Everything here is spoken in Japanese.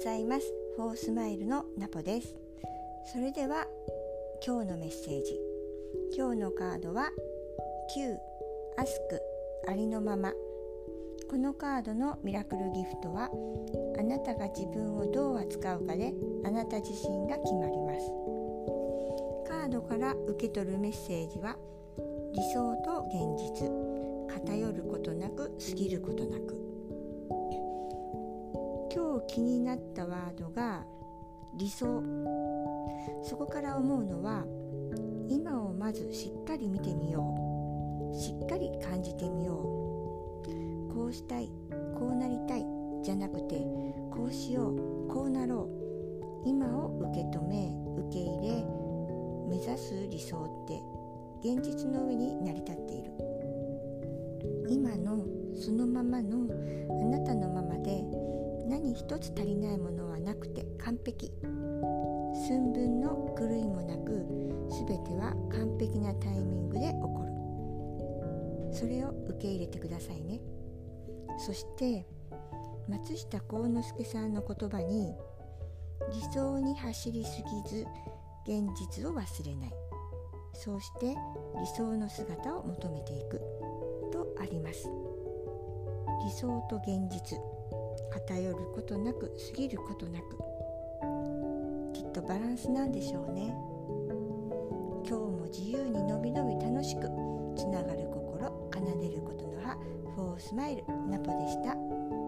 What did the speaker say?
ざいます。フォースマイルのナポです。それでは今日のメッセージ。今日のカードは9アスクありのまま。このカードのミラクルギフトは、あなたが自分をどう扱うかであなた自身が決まります。カードから受け取るメッセージは、理想と現実、偏ることなく過ぎることなく。今日気になったワードが理想。そこから思うのは、今をまずしっかり見てみよう、しっかり感じてみよう。こうしたい、こうなりたいじゃなくて、こうしよう、こうなろう。今を受け止め、受け入れ、目指す理想って現実の上に成り立っている。今のそのままのあなたのままで、何一つ足りないものはなくて完璧。寸分の狂いもなく、すべては完璧なタイミングで起こる。それを受け入れてくださいね。そして松下幸之助さんの言葉に、理想に走りすぎず現実を忘れない。そうして理想の姿を求めていくとあります。理想と現実、偏ることなく過ぎることなく、きっとバランスなんでしょうね。今日も自由にのびのび楽しく、つながる心、奏でることの葉、フォースマイルナポでした。